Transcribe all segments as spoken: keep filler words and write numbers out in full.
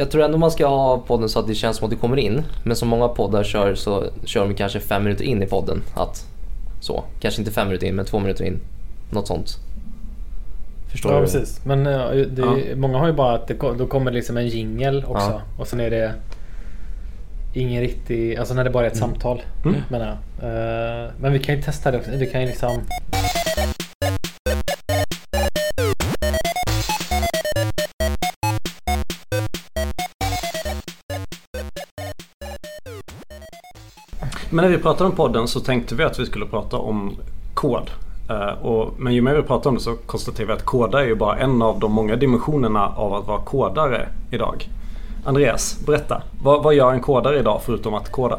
jag tror ändå man ska ha podden så att det känns som att det kommer in. Men som många poddar kör så kör de kanske fem minuter in i podden. Att så, kanske inte fem minuter in men två minuter in. Något sånt. Förstår ja, du? Precis. Men det, Ja. många har ju bara att det, då kommer liksom en jingle också. Ja. Och sen är det ingen riktig, alltså när det bara är ett Mm. samtal Mm. menar jag. Uh, men vi kan ju testa det också. Vi kan ju liksom Men när vi pratade om podden så tänkte vi att vi skulle prata om kod. Uh, och, men ju mer vi pratar om det så konstaterar vi att koda är ju bara en av de många dimensionerna av att vara kodare idag. Andreas, berätta. Vad, vad gör en kodare idag förutom att koda?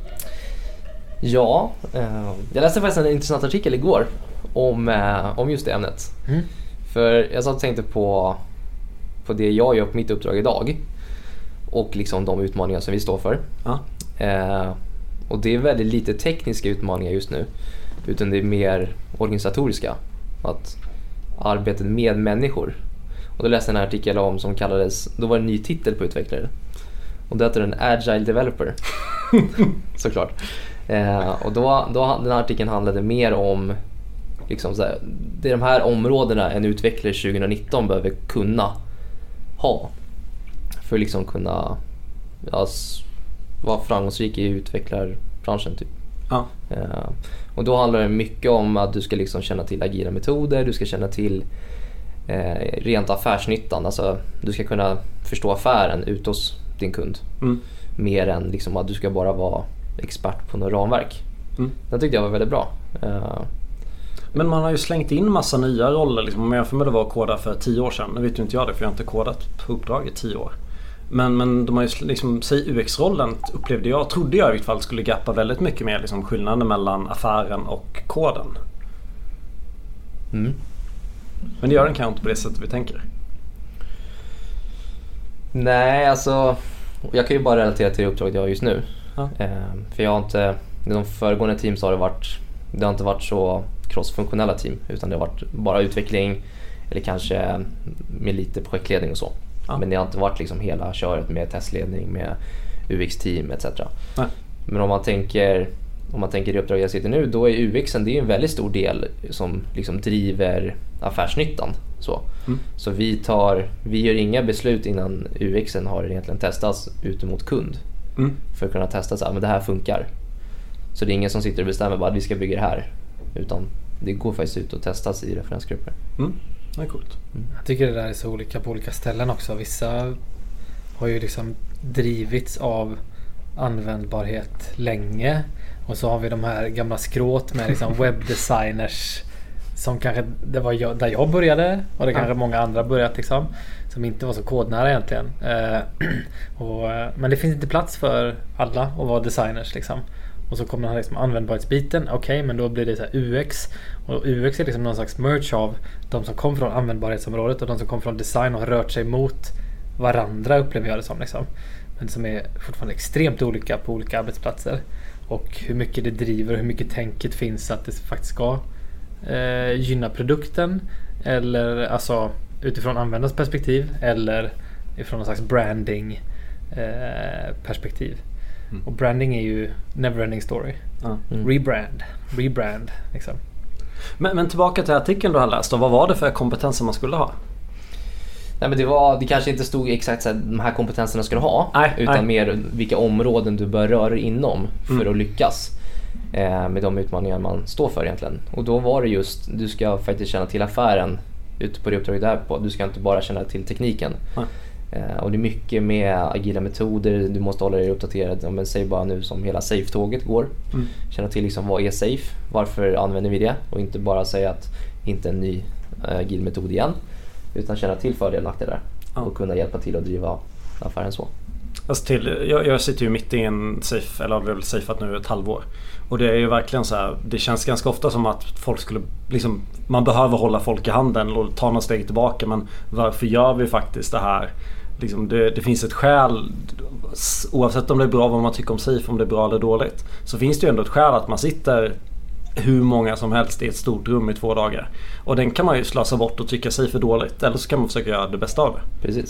Ja, eh, jag läste faktiskt en intressant artikel igår om, eh, om just det ämnet. Mm. För jag satt och tänkte på, på det jag gör på mitt uppdrag idag. Och liksom de utmaningar som vi står för. Ja. Eh, och det är väldigt lite tekniska utmaningar just nu. Utan det är mer organisatoriska. Att arbetet med människor. Och då läste jag en artikel om som kallades, då var det en ny titel på utvecklare. Och det heter en Agile Developer. Såklart. Eh, och då, då den här artikeln handlade mer om liksom så här, det är de här områdena en utvecklare tjugonitton behöver kunna ha. För att liksom kunna ja, vara framgångsrik i utvecklarbranschen typ. Ja. Eh, och då handlar det mycket om att du ska liksom känna till agila metoder, du ska känna till eh, rent affärsnyttan, alltså du ska kunna förstå affären ut hos din kund. Mm. Mer än liksom att du ska bara vara expert på något ramverk. Mm. Det tyckte jag var väldigt bra. Eh, Men man har ju slängt in massa nya roller. Liksom, om jag jämför med det var att koda för tio år sedan. Nu vet ju inte jag det för jag har inte kodat på uppdrag i tio år. Men, men de har ju liksom, säg U X-rollen upplevde jag, trodde jag i vilket fall skulle gappa väldigt mycket mer liksom, skillnaden mellan affären och koden. mm. Men det gör den kanske inte på det sättet vi tänker. Nej, alltså jag kan ju bara relatera till det uppdraget jag har just nu. Ja. Eh, för jag har inte, i de föregående team så har det varit, det har inte varit så crossfunktionella team utan det har varit bara utveckling eller kanske med lite projektledning och så. Ja. Men det har inte varit liksom hela köret med testledning, med U X-team et cetera. Nej. Men om man tänker om man tänker det uppdrag jag sitter nu, då är U Xen det är en väldigt stor del som liksom driver affärsnyttan. Så, Mm. så vi, tar, vi gör inga beslut innan U Xen har egentligen testats ut mot kund. Mm. För att kunna testa så här, men det här funkar. Så det är ingen som sitter och bestämmer bara att vi ska bygga det här. Utan det går faktiskt ut och testas i referensgrupper. Mm. Det är coolt. Jag tycker det där är så olika på olika ställen också. Vissa har ju liksom drivits av användbarhet länge. Och så har vi de här gamla skråt med liksom webbdesigners som kanske, det var jag, där jag började och det kanske Ja. många andra börjat liksom, som inte var så kodnära egentligen. Eh, och, men det finns inte plats för alla att vara designers liksom. Och så kommer den här liksom användbarhetsbiten. Okej, okay, men då blir det så här U X. Och U X är liksom någon slags merge av de som kom från användbarhetsområdet och de som kom från design och har rört sig mot varandra, upplever jag det som liksom. Men som är fortfarande extremt olika på olika arbetsplatser. Och hur mycket det driver och hur mycket tänket finns att det faktiskt ska eh, gynna produkten. Eller alltså utifrån användarens perspektiv. Eller ifrån någon slags branding eh, perspektiv. Mm. Och branding är ju never-ending story. Ja. Mm. Rebrand. Rebrand liksom. Men, men tillbaka till artikeln du har läst då. Vad var det för kompetenser man skulle ha? Nej, men det, var, det kanske inte stod exakt så här, de här kompetenserna skulle ha. Nej, utan nej. mer vilka områden du bör röra dig inom för Mm. att lyckas eh, med de utmaningar man står för egentligen. Och då var det just, du ska faktiskt känna till affären ute på det uppdraget där på. Du ska inte bara känna till tekniken. Nej. Eh, och det är mycket med agila metoder, du måste hålla dig uppdaterad. Ja, men säg bara nu som hela safe-tåget går. Mm. Känna till liksom, vad är safe? Varför använder vi det? Och inte bara säga att inte en ny eh, agil metod igen. Utan känna till fördelar och nackdelar. Ja. Och kunna hjälpa till att driva affären så. Alltså till, jag, jag sitter ju mitt i en safe, eller har väl safeat nu ett halvår. Och det är ju verkligen så här, det känns ganska ofta som att folk skulle, liksom, man behöver hålla folk i handen och ta några steg tillbaka. Men varför gör vi faktiskt det här? Liksom det, det finns ett skäl, oavsett om det är bra, vad man tycker om safe, om det är bra eller dåligt. Så finns det ju ändå ett skäl att man sitter hur många som helst i ett stort rum i två dagar. Och den kan man ju slösa bort och tycka safe är dåligt. Eller så kan man försöka göra det bästa av det. Precis.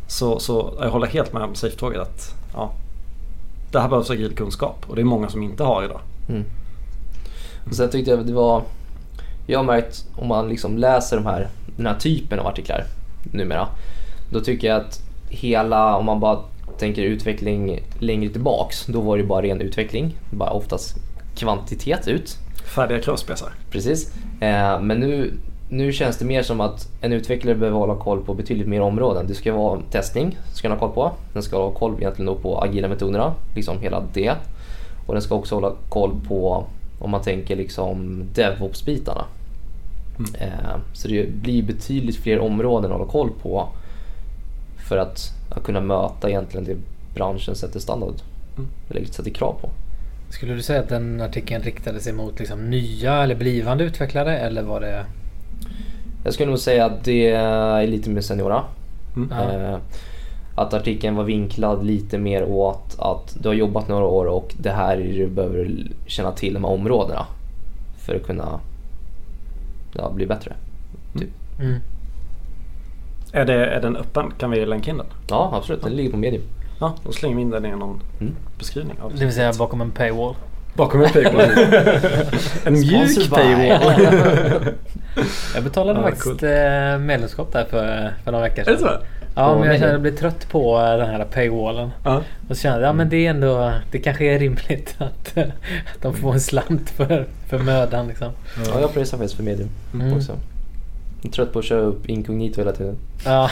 Så, så jag håller helt med om SAFE-tåget att ja, det här behövs agil kunskap och det är många som inte har idag. Mm. Och sen tyckte jag det var, jag har märkt om man liksom läser de här, den här typen av artiklar numera, då tycker jag att hela, om man bara tänker utveckling längre tillbaks, då var det bara ren utveckling, bara oftast kvantitet ut. Färdiga kravspesar. Precis, eh, men nu, nu känns det mer som att en utvecklare behöver hålla koll på betydligt mer områden. Det ska vara testning, ska den ha koll på. Den ska ha koll egentligen då på agila metoderna, liksom hela det. Och den ska också hålla koll på, om man tänker liksom DevOps-bitarna. Mm. Eh, så det blir betydligt fler områden att hålla koll på för att, att kunna möta egentligen det branschen sätter standard mm. eller sätter krav på. Skulle du säga att den artikeln riktade sig mot liksom nya eller blivande utvecklare, eller var det? Jag skulle nog säga att det är lite mer seniora. Mm. Eh, att artikeln var vinklad lite mer åt att du har jobbat några år och det här är det du behöver känna till de här områdena för att kunna ja, bli bättre. Typ. Mm. Är, det, är den öppen? Kan vi länka in den? Ja, absolut. Den ja. ligger på Medium. Ja, då slänger vi in den i någon mm. beskrivning. Av det vill säga bakom en paywall. Bakom en paywall. En mjuk paywall. Jag betalade ja, faktiskt cool. medlemskap där för, för några veckor sedan. Är det så? Ja, men jag kände att jag blev trött på den här paywallen. Ja. Och så kände jag, ja men det är ändå, det kanske är rimligt att, att de får en slant för, för mödan liksom. Ja, ja jag pröjsar faktiskt för Medium mm. också. Jag är trött på att köra upp inkognito hela tiden. Ja.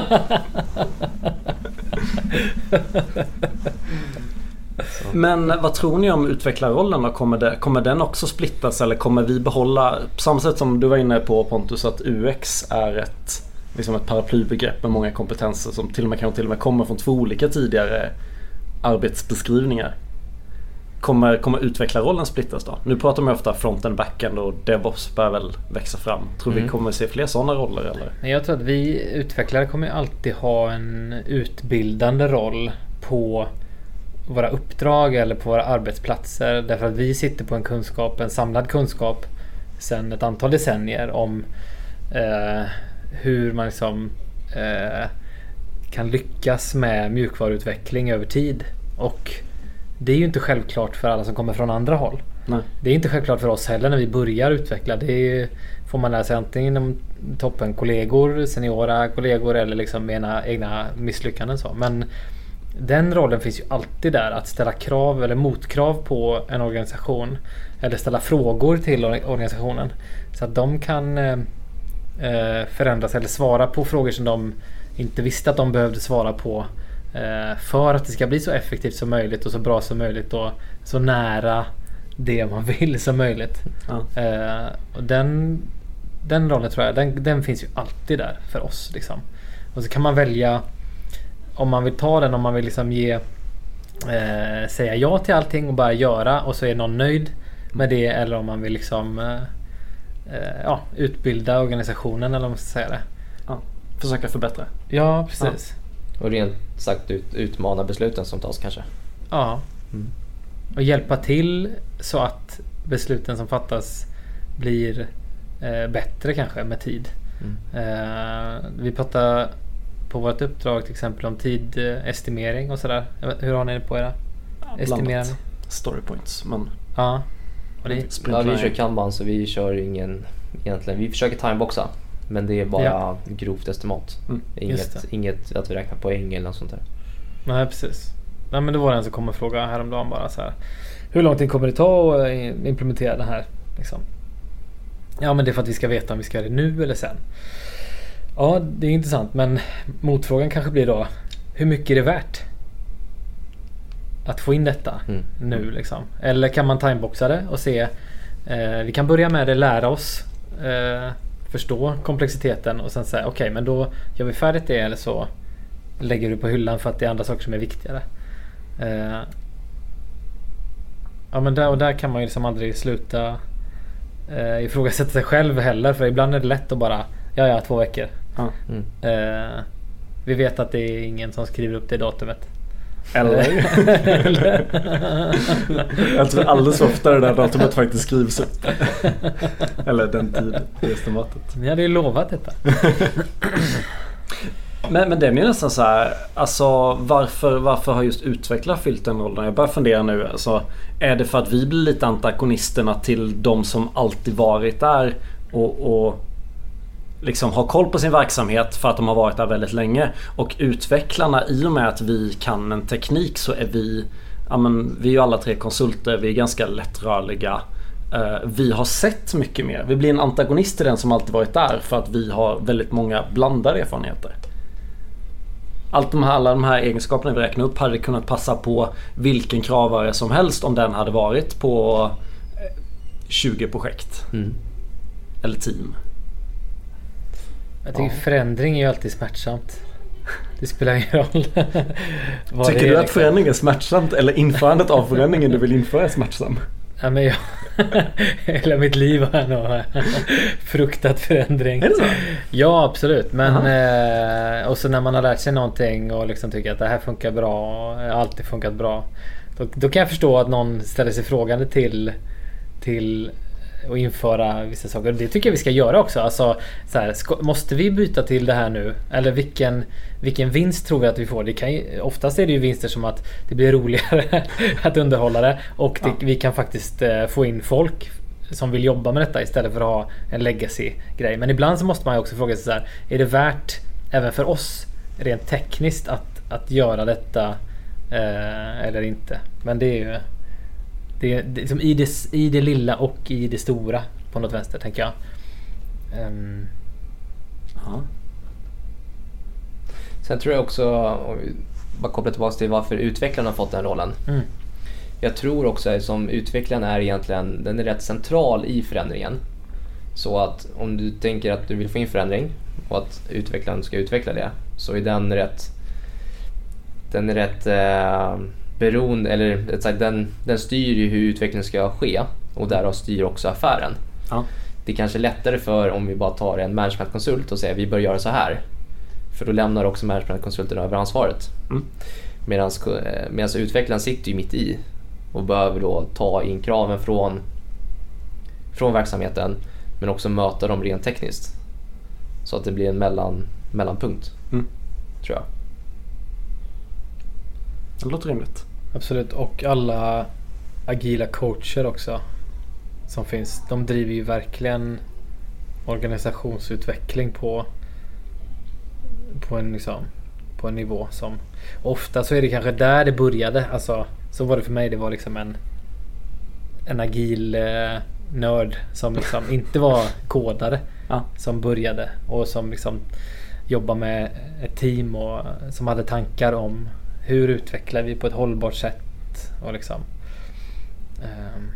Men vad tror ni om utvecklarrollen då? Kommer, det, kommer den också splittas eller kommer vi behålla, på samma sätt som du var inne på Pontus, att U X är ett, liksom ett paraplybegrepp med många kompetenser som till och med kan till och med komma från två olika tidigare arbetsbeskrivningar. Kommer, kommer utvecklarrollen splittas då? Nu pratar man ofta front-end, back-end och DevOps bör väl växa fram. Tror mm. vi kommer se fler sådana roller eller? Jag tror att vi utvecklare kommer alltid ha en utbildande roll på våra uppdrag eller på våra arbetsplatser, därför att vi sitter på en kunskap, en samlad kunskap sedan ett antal decennier om eh, hur man liksom eh, kan lyckas med mjukvaruutveckling över tid, och det är ju inte självklart för alla som kommer från andra håll. Nej. Det är inte självklart för oss heller när vi börjar utveckla. Det är, får man lära sig antingen om toppen kollegor, seniora kollegor eller liksom med egna misslyckanden så. Men den rollen finns ju alltid där, att ställa krav eller motkrav på en organisation eller ställa frågor till organisationen så att de kan eh, förändras eller svara på frågor som de inte visste att de behövde svara på eh, för att det ska bli så effektivt som möjligt och så bra som möjligt och så nära det man vill som möjligt. Ja. Eh, och den, den rollen tror jag, den, den finns ju alltid där för oss liksom. Och så kan man välja om man vill ta den, om man vill liksom ge eh, säga ja till allting och bara göra och så är någon nöjd med det, eller om man vill liksom eh, ja, utbilda organisationen eller om man ska säga det. Ja, försöka förbättra. Ja, precis. Ja. Och rent sagt ut, utmana besluten som tas kanske. Ja. Mm. Och hjälpa till så att besluten som fattas blir eh, bättre kanske med tid. Mm. Eh, vi pratar på vårt uppdrag till exempel om tidestimering och sådär. Hur har ni det på era? Ja, estimerande? Story points, men ja. Och det, ja, vi kör Kanban så vi kör ingen egentligen. Vi försöker timeboxa, men det är bara ja. grovt estimat. Mm. Inget, inget att vi räknar poäng eller något sånt där. Nej, precis. Nej, men det var en som kom och frågade häromdagen bara så här. Hur lång tid kommer det ta att implementera det här? Liksom. Ja, men det är för att vi ska veta om vi ska göra det nu eller sen. Ja, det är intressant, men motfrågan kanske blir då, hur mycket är det värt att få in detta mm. nu liksom? Eller kan man timeboxa det och se, eh, vi kan börja med det, lära oss eh, förstå komplexiteten och sen säga okej, okay, men då gör vi färdigt det, eller så lägger du på hyllan för att det är andra saker som är viktigare. Eh, ja, men där och där kan man ju liksom aldrig sluta eh, ifrågasätta sig själv heller, för ibland är det lätt att bara ja, ja, två veckor. Ja. Mm. Eh, vi vet att det är ingen som skriver upp det datumet. Eller? Eller? Jag tror alldeles ofta det där datumet faktiskt skrivs upp. Eller den tid, det estimatet. Ni hade ju lovat detta. Men, men det är ju nästan så här, alltså varför, varför har just utvecklare fyllt den rollen? Jag börjar fundera nu, alltså, är det för att vi blir lite antagonisterna till de som alltid varit där och, och liksom har koll på sin verksamhet för att de har varit där väldigt länge, och utvecklarna, i och med att vi kan en teknik så är vi, ja men vi är ju alla tre konsulter, vi är ganska lättrörliga. Uh, vi har sett mycket mer. Vi blir en antagonist till den som alltid varit där för att vi har väldigt många blandade erfarenheter. Allt de här, alla de här egenskaperna vi räknar upp hade kunnat passa på vilken kravare som helst om den hade varit på tjugo projekt. Mm. Eller team. Jag tycker ja. förändring är ju alltid smärtsamt. Det spelar ingen roll. Tycker du att liksom förändring är smärtsamt, eller införandet av förändringen du vill införa är smärtsam? Ja, men jag, hela mitt liv har jag nog fruktat förändring. Är det så? Ja, absolut. Men eh, och så när man har lärt sig någonting och liksom tycker att det här funkar bra, alltid funkat bra, då, då kan jag förstå att någon ställer sig frågande till till att införa vissa saker. Det tycker jag vi ska göra också. Alltså, så här, ska, måste vi byta till det här nu? Eller vilken, vilken vinst tror vi att vi får? Det kan ju, oftast är det ju vinster som att det blir roligare att underhålla det. Och det, ja. vi kan faktiskt eh, få in folk som vill jobba med detta istället för att ha en legacy-grej. Men ibland så måste man ju också fråga sig så här, är det värt även för oss rent tekniskt att, att göra detta eh, eller inte? Men det är ju Det är, det är som i, det, i det lilla och i det stora på något vänster, tänker jag. Um. Ja. Sen tror jag också, om vi bara kopplar tillbaka till varför utvecklarna har fått den rollen. Mm. Jag tror också som utvecklaren är egentligen, den är rätt central i förändringen. Så att om du tänker att du vill få in förändring och att utvecklaren ska utveckla det, så är den rätt den är rätt eh, beroende, eller sagt, den, den styr ju hur utvecklingen ska ske, och därav styr också affären. Ja. Det är kanske lättare för om vi bara tar en managementkonsult och säger vi bör göra så här, för då lämnar också managementkonsulten över ansvaret. Mm. Medan utvecklaren sitter ju mitt i och behöver då ta in kraven från, från verksamheten, men också möta dem rent tekniskt, så att det blir en mellan, mellanpunkt. Mm. Tror jag. Det låter rimligt. Absolut, och alla agila coacher också som finns, de driver ju verkligen organisationsutveckling på på en liksom, på en nivå som ofta så är det kanske där det började. Alltså, så var det för mig, det var liksom en en agil eh, nörd som liksom inte var kodare, ja. Som började och som liksom jobbar med ett team och som hade tankar om hur utvecklar vi på ett hållbart sätt och liksom um.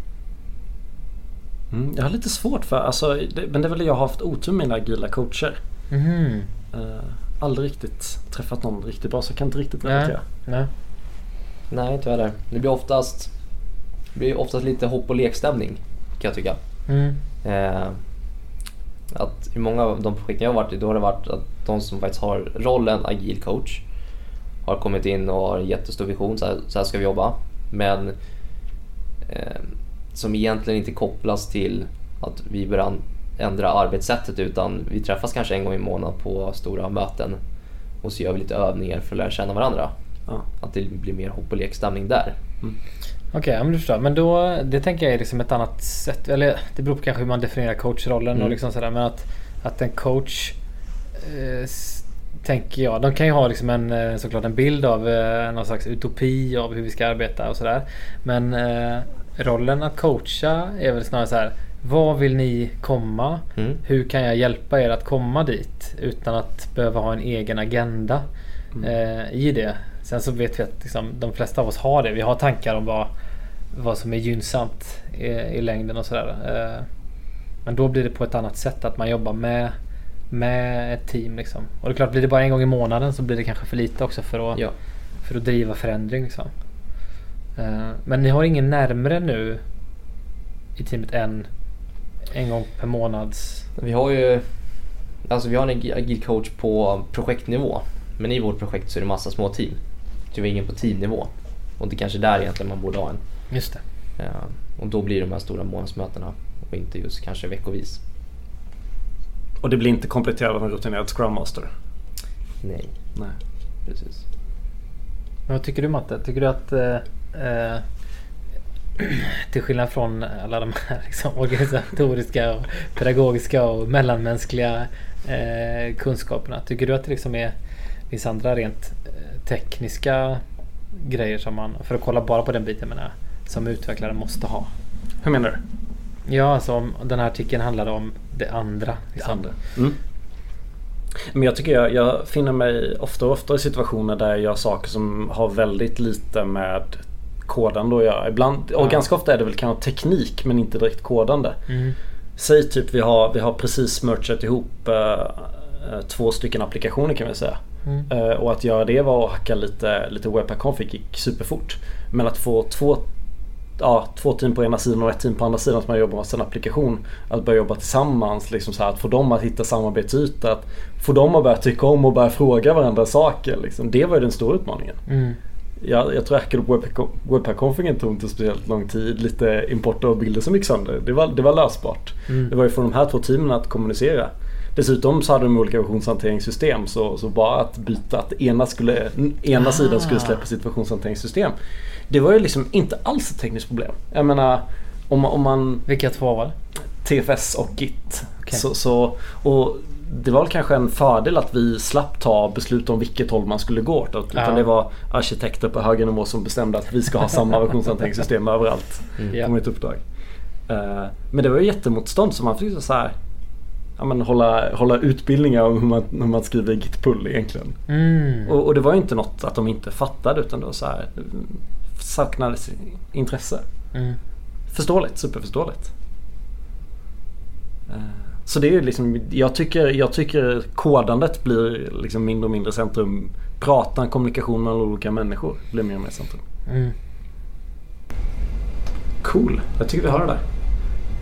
mm, jag har lite svårt för alltså, det, men det är väl jag har haft otur med mina agila coacher. Mm. Uh, aldrig riktigt träffat någon riktigt bra, så jag kan inte riktigt relatera. Nej, nej, inte heller. Det blir oftast det blir oftast lite hopp och lekstämning, kan jag tycka. Mm. Uh, att i många av de projekten jag har varit i, då har det varit att de som faktiskt har rollen agil coach har kommit in och har en jättestor vision, så här, så här ska vi jobba, men eh, som egentligen inte kopplas till att vi börjar ändra arbetssättet, utan vi träffas kanske en gång i månaden på stora möten och så gör vi lite övningar för att lära känna varandra. Ja. Att det blir mer hopp och lekstämning där. Mm. Okej, okay, ja, men du förstår. Men då, det tänker jag är liksom ett annat sätt, eller det beror på kanske hur man definierar coachrollen. Mm. Och liksom sådär, men att, att en coach eh, tänker jag, de kan ju ha liksom en, såklart en bild av eh, någon slags utopi av hur vi ska arbeta och sådär. Men eh, rollen att coacha är väl snarare så här: vad vill ni komma? Mm. Hur kan jag hjälpa er att komma dit utan att behöva ha en egen agenda mm. eh, i det? Sen så vet vi att liksom, de flesta av oss har det. Vi har tankar om vad, vad som är gynnsamt i, i längden och sådär. Eh, men då blir det på ett annat sätt, att man jobbar med med ett team liksom. Och det är klart, blir det bara en gång i månaden så blir det kanske för lite också för att, ja. för att driva förändring liksom. Uh, men ni har ingen närmare nu i teamet än en gång per månads? Vi har ju alltså vi har en agil coach på projektnivå, men i vårt projekt så är det massa små team. Så vi har ingen på teamnivå, och det är kanske där egentligen man borde ha en. Just det. Uh, och då blir de här stora månadsmötena och inte just kanske veckovis. Och det blir inte kompletterat av en rutinerad Scrum Master? Nej. Nej. Precis. Men vad tycker du, Matte? Tycker du att eh, eh, till skillnad från alla de här liksom, organisatoriska och pedagogiska och mellanmänskliga eh, kunskaperna, tycker du att det liksom är finns andra rent eh, tekniska grejer som man, för att kolla bara på den biten, menar, som utvecklare måste ha? Hur menar du? Ja, alltså om den här artikeln handlar om det andra. Liksom. Det andra. Mm. Men jag tycker jag, jag finner mig ofta och ofta i situationer där jag gör saker som har väldigt lite med kodande att göra. Ibland, och ja. ganska ofta är det väl kanske teknik men inte direkt kodande. Mm. Säg typ vi har, vi har precis merchat ihop uh, två stycken applikationer kan vi säga. Mm. Uh, och att göra det var att hacka lite, lite webpack-config gick superfort. Men att få två Ja, två team på ena sidan och ett team på andra sidan som har jobbat med en applikation, att börja jobba tillsammans, liksom så här, att få dem att hitta samarbetsyta, att få dem att börja tycka om och börja fråga varandra saker, liksom. Det var ju den stora utmaningen. Mm. Jag, jag tror att webpack-configen tog inte speciellt lång tid, lite import av bilder som gick sönder, det var, det var lösbart. Mm. Det var ju för de här två teamen att kommunicera. Dessutom så hade de olika versionshanteringssystem, så, så bara att byta att ena, skulle, ena ah. sidan skulle släppa sitt versionshanteringssystem. Det var ju liksom inte alls ett tekniskt problem. Jag menar, om, om man... Vilka två var det? T F S och Git. Okay. Så, så, och det var väl kanske en fördel att vi slapp ta beslut om vilket håll man skulle gå åt. Utan ja. det var arkitekter på högre nivå som bestämde att vi ska ha samma versionshanteringssystem överallt mm. på mitt uppdrag. Uh, men det var ju jättemotstånd, så man fick så här... Ja, men hålla, hålla utbildningar om hur man, hur man skriver git-pull egentligen. Mm. Och, och det var ju inte något att de inte fattade, utan det var så här, saknades intresse. Mm. Förståeligt, superförståeligt. Så det är ju liksom, jag tycker, jag tycker kodandet blir liksom mindre och mindre centrum. Pratan, kommunikation med olika människor blir mer och mer centrum. Mm. Cool, jag tycker vi har det där.